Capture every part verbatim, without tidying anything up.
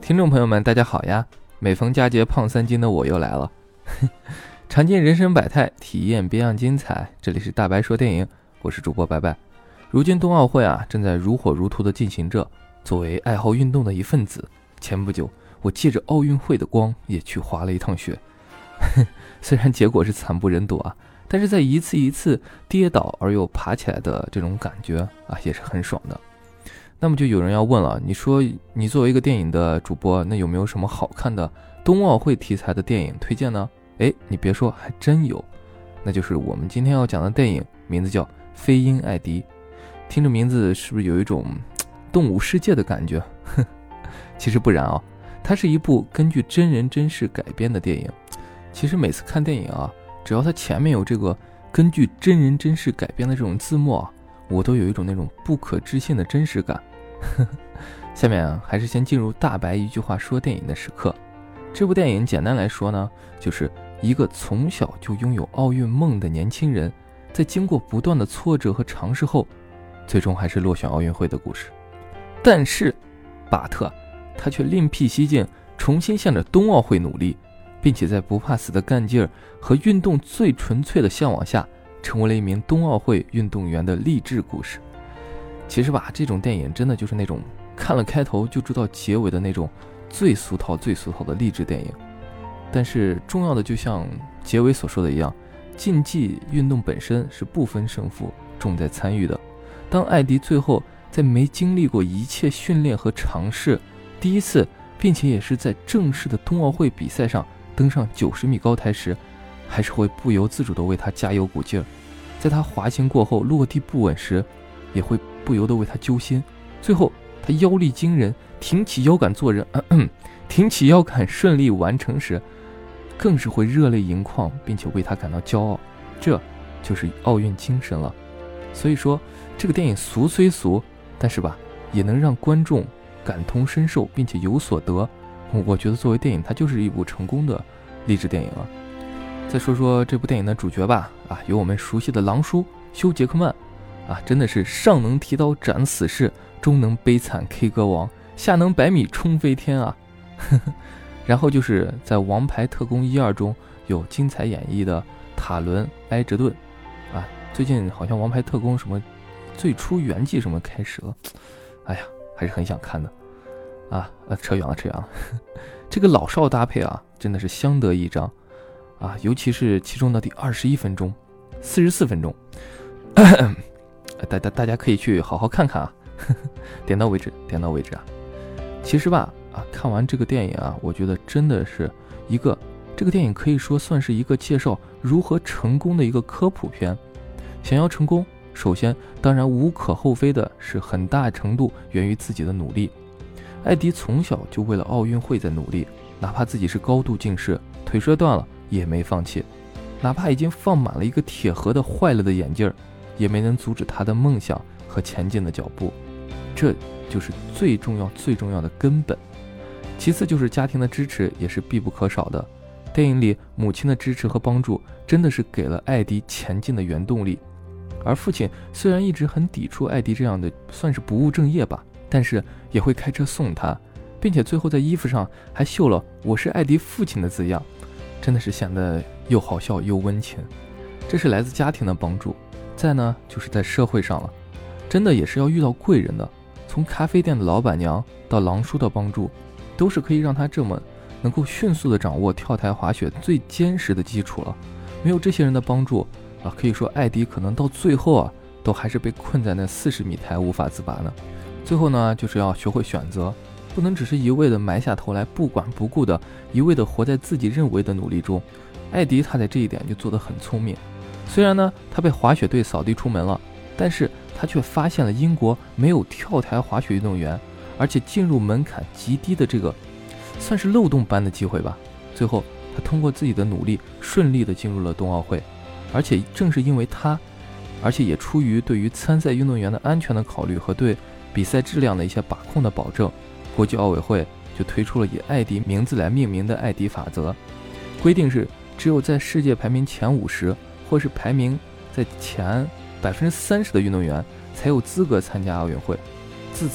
听众朋友们大家好呀，每逢佳节胖三斤的我又来了尝尽人生百态，体验别样精彩，这里是大白说电影，我是主播白白。如今冬奥会啊正在如火如荼的进行着，作为爱好运动的一份子，前不久我借着奥运会的光也去滑了一趟雪虽然结果是惨不忍睹啊，但是在一次一次跌倒而又爬起来的这种感觉啊也是很爽的。那么就有人要问了，你说你作为一个电影的主播，那有没有什么好看的冬奥会题材的电影推荐呢？诶，你别说，还真有。那就是我们今天要讲的电影，名字叫《飞鹰艾迪》。听着名字是不是有一种动物世界的感觉？其实不然啊，它是一部根据真人真事改编的电影。其实每次看电影啊，只要它前面有这个根据真人真事改编的这种字幕啊，我都有一种那种不可置信的真实感下面啊，还是先进入大白一句话说电影的时刻。这部电影简单来说呢，就是一个从小就拥有奥运梦的年轻人，在经过不断的挫折和尝试后，最终还是落选奥运会的故事。但是巴特他却另辟蹊径，重新向着冬奥会努力，并且在不怕死的干劲儿和运动最纯粹的向往下，成为了一名冬奥会运动员的励志故事。其实吧，这种电影真的就是那种看了开头就知道结尾的那种最俗套最俗套的励志电影。但是重要的就像结尾所说的一样，竞技运动本身是不分胜负，重在参与的。当艾迪最后在没经历过一切训练和尝试，第一次并且也是在正式的冬奥会比赛上登上九十米高台时，还是会不由自主地为他加油鼓劲儿。在他滑行过后落地不稳时，也会不由得为他揪心。最后他腰力惊人，挺起腰杆做人，咳咳挺起腰杆顺利完成时，更是会热泪盈眶，并且为他感到骄傲。这就是奥运精神了。所以说这个电影俗虽俗，但是吧，也能让观众感同身受，并且有所得。我觉得作为电影，它就是一部成功的励志电影了。再说说这部电影的主角吧，啊，有我们熟悉的狼叔休·杰克曼，啊，真的是上能提刀斩死士，中能悲惨 K 歌王，下能百米冲飞天啊！然后就是在《王牌特工一二》中有精彩演绎的塔伦·埃哲顿，啊，最近好像《王牌特工》什么最初原季什么开始了，哎呀，还是很想看的啊！呃，扯远了，扯远了。这个老少搭配啊，真的是相得益彰啊，尤其是其中的第二十一分钟、四十四分钟，大大大家可以去好好看看啊，点到为止，点到为止啊。其实吧，啊，看完这个电影啊，我觉得真的是一个这个电影可以说算是一个介绍如何成功的一个科普片。想要成功，首先当然无可厚非的是很大程度源于自己的努力。艾迪从小就为了奥运会在努力，哪怕自己是高度近视，腿摔断了也没放弃，哪怕已经放满了一个铁盒的坏了的眼镜，也没能阻止他的梦想和前进的脚步。这就是最重要最重要的根本。其次就是家庭的支持也是必不可少的。电影里母亲的支持和帮助真的是给了艾迪前进的原动力。而父亲虽然一直很抵触艾迪这样的算是不务正业吧，但是也会开车送他，并且最后在衣服上还绣了我是艾迪父亲的字样，真的是显得又好笑又温情。这是来自家庭的帮助。再呢就是在社会上了，真的也是要遇到贵人的，从咖啡店的老板娘到狼叔的帮助，都是可以让他这么能够迅速的掌握跳台滑雪最坚实的基础了。没有这些人的帮助啊，可以说艾迪可能到最后啊都还是被困在那四十米台无法自拔呢。最后呢就是要学会选择，不能只是一味的埋下头来不管不顾的一味的活在自己认为的努力中。艾迪他在这一点就做得很聪明。虽然呢他被滑雪队扫地出门了，但是他却发现了英国没有跳台滑雪运动员，而且进入门槛极低的这个算是漏洞般的机会吧。最后他通过自己的努力顺利的进入了冬奥会，而且正是因为他，而且也出于对于参赛运动员的安全的考虑和对比赛质量的一些把控的保证，国际奥委会就推出了以艾迪名字来命名的艾迪法则，规定是只有在世界排名前五十或是排名在前百分之三十的运动员才有资格参加奥运会。自此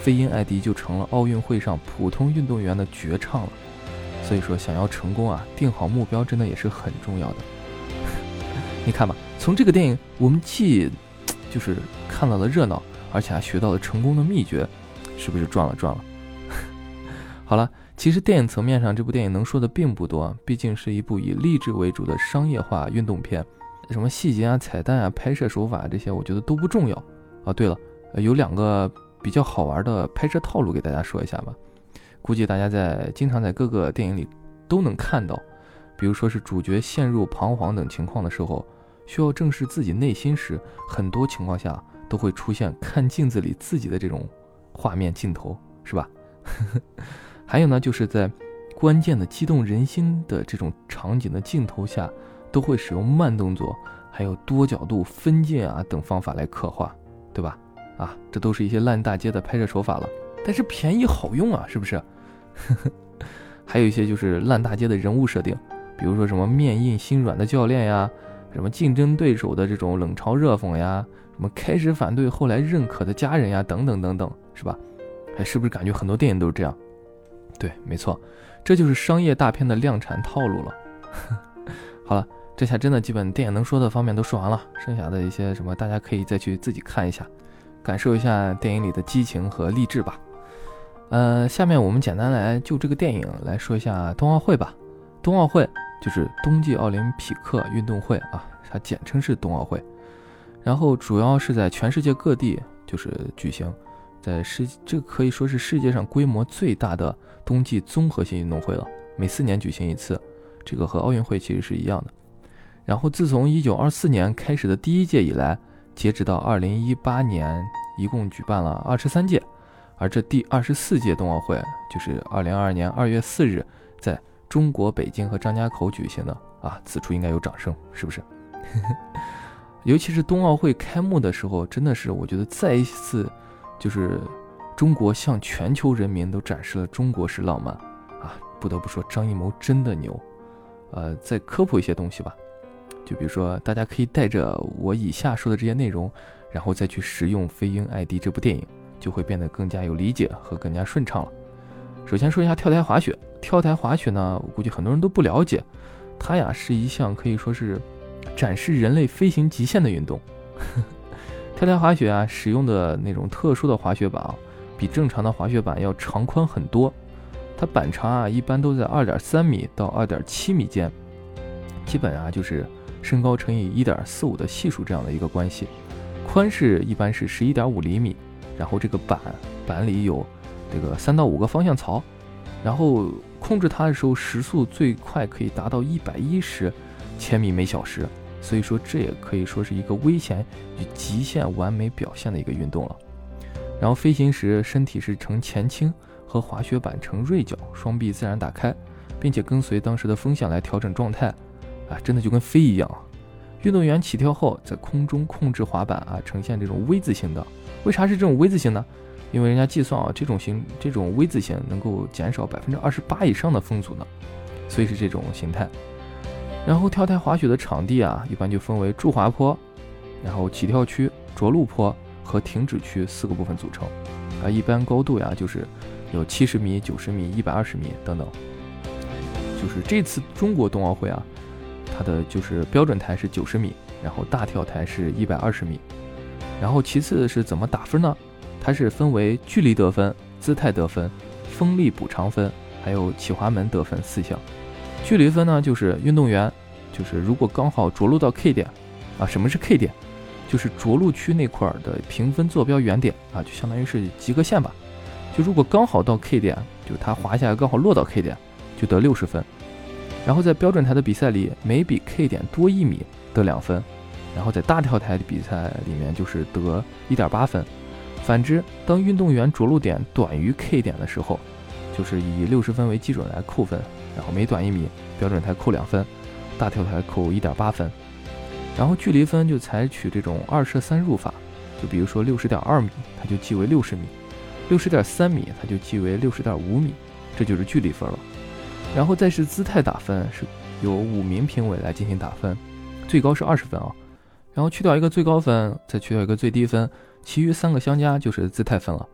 飞鹰艾迪就成了奥运会上普通运动员的绝唱了。所以说想要成功啊，定好目标真的也是很重要的。你看吧，从这个电影我们既就是看到了热闹，而且还学到了成功的秘诀，是不是赚了赚了？好了，其实电影层面上这部电影能说的并不多，毕竟是一部以励志为主的商业化运动片，什么细节啊、彩蛋啊、拍摄手法这些我觉得都不重要啊。对了，有两个比较好玩的拍摄套路给大家说一下吧，估计大家在经常在各个电影里都能看到。比如说是主角陷入彷徨等情况的时候，需要正视自己内心时，很多情况下都会出现看镜子里自己的这种画面镜头，是吧？还有呢，就是在关键的激动人心的这种场景的镜头下，都会使用慢动作还有多角度分镜啊等方法来刻画，对吧？啊，这都是一些烂大街的拍摄手法了，但是便宜好用啊，是不是？还有一些就是烂大街的人物设定，比如说什么面硬心软的教练呀，什么竞争对手的这种冷嘲热讽呀，什么开始反对后来认可的家人呀，等等等等，是吧？哎，是不是感觉很多电影都是这样？对，没错，这就是商业大片的量产套路了。好了，这下真的基本电影能说的方面都说完了，剩下的一些什么大家可以再去自己看一下，感受一下电影里的激情和励志吧。呃，下面我们简单来就这个电影来说一下冬奥会吧。冬奥会就是冬季奥林匹克运动会啊，它简称是冬奥会。然后主要是在全世界各地就是举行，在世这可以说是世界上规模最大的冬季综合性运动会了，每四年举行一次，这个和奥运会其实是一样的。然后自从一九二四年开始的第一届以来，截止到二零一八年，一共举办了二十三届。而这第二十四届冬奥会就是二零二二年二月四日在中国北京和张家口举行的啊，此处应该有掌声，是不是？尤其是冬奥会开幕的时候，真的是我觉得再一次就是中国向全球人民都展示了中国式浪漫啊！不得不说张艺谋真的牛。呃，再科普一些东西吧，就比如说大家可以带着我以下说的这些内容，然后再去使用《飞鹰艾迪》这部电影，就会变得更加有理解和更加顺畅了。首先说一下跳台滑雪，跳台滑雪呢，我估计很多人都不了解，它呀是一项可以说是展示人类飞行极限的运动。跳台滑雪啊，使用的那种特殊的滑雪板啊，比正常的滑雪板要长宽很多。它板长啊，一般都在 二点三米到 二点七米间，基本啊就是身高乘以 一点四五 的系数这样的一个关系。宽是一般是 十一点五厘米，然后这个板板里有这个三到五个方向槽，然后控制它的时候时速最快可以达到一百一十千米每小时，所以说这也可以说是一个危险与极限完美表现的一个运动了。然后飞行时身体是呈前倾，和滑雪板呈锐角，双臂自然打开，并且跟随当时的风向来调整状态啊，真的就跟飞一样。运动员起跳后在空中控制滑板啊，呈现这种 V 字形的。为啥是这种 V 字形呢？因为人家计算啊，这种形这种 V 字形能够减少百分之二十八以上的风阻呢，所以是这种形态。然后跳台滑雪的场地啊，一般就分为助滑坡，然后起跳区、着陆坡和停止区四个部分组成啊。一般高度呀，就是有七十米、九十米、一百二十米等等。就是这次中国冬奥会啊，它的就是标准台是九十米，然后大跳台是一百二十米。然后其次是怎么打分呢？它是分为距离得分、姿态得分、风力补偿分，还有起滑门得分四项。距离分呢，就是运动员就是如果刚好着陆到 K 点啊，什么是 K 点？就是着陆区那块的评分坐标原点啊，就相当于是及格线吧。就如果刚好到 K 点，就它滑下来刚好落到 K 点，就得六十分。然后在标准台的比赛里，每比 K 点多一米得两分。然后在大跳台的比赛里面就是得 一点八分。反之，当运动员着陆点短于 K 点的时候，就是以六十分为基准来扣分，然后每短一米，标准台扣两分，大跳台扣 一点八分。然后距离分就采取这种二射三入法，就比如说 六十点二米，它就记为六十米， 六十点三米，它就记为 六十点五米，这就是距离分了。然后再是姿态打分，是由五名评委来进行打分，最高是二十分啊。然后去掉一个最高分，再去掉一个最低分，其余三个相加就是姿态分了。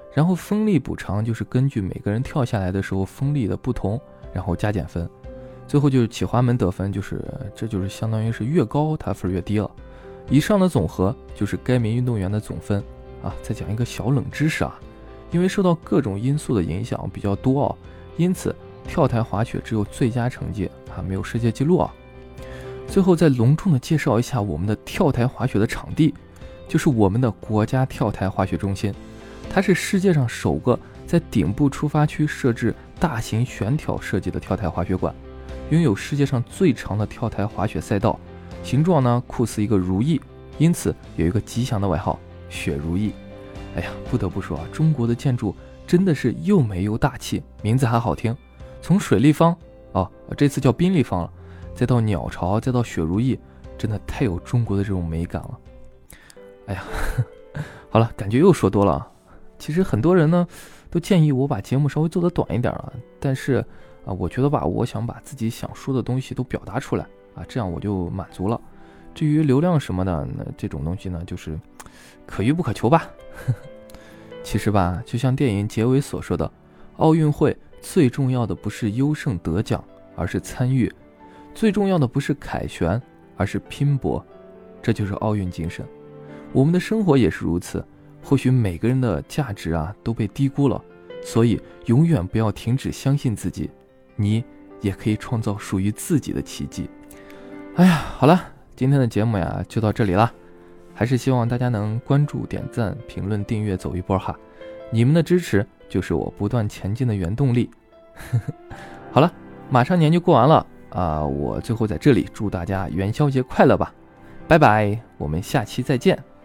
然后风力补偿就是根据每个人跳下来的时候风力的不同，然后加减分。最后就是起滑门得分，就是这就是相当于是越高它分越低了。以上的总和就是该名运动员的总分啊。再讲一个小冷知识啊，因为受到各种因素的影响比较多啊，因此跳台滑雪只有最佳成绩啊，没有世界纪录啊。最后再隆重的介绍一下我们的跳台滑雪的场地，就是我们的国家跳台滑雪中心，它是世界上首个在顶部出发区设置大型悬挑设计的跳台滑雪馆，拥有世界上最长的跳台滑雪赛道，形状呢酷似一个如意，因此有一个吉祥的外号雪如意。哎呀，不得不说啊，中国的建筑真的是又美又大气，名字还好听。从水立方哦，这次叫宾立方了，再到鸟巢，再到雪如意，真的太有中国的这种美感了。哎呀，好了，感觉又说多了啊。其实很多人呢都建议我把节目稍微做得短一点啊，但是啊，我觉得吧，我想把自己想说的东西都表达出来啊，这样我就满足了。至于流量什么的，那这种东西呢，就是可遇不可求吧。其实吧，就像电影结尾所说的，奥运会最重要的不是优胜得奖，而是参与；最重要的不是凯旋，而是拼搏。这就是奥运精神。我们的生活也是如此，或许每个人的价值啊都被低估了，所以永远不要停止相信自己，你也可以创造属于自己的奇迹。哎呀，好了，今天的节目呀就到这里了，还是希望大家能关注、点赞、评论、订阅走一波哈，你们的支持就是我不断前进的原动力。好了，马上年就过完了啊、呃，我最后在这里祝大家元宵节快乐吧，拜拜，我们下期再见。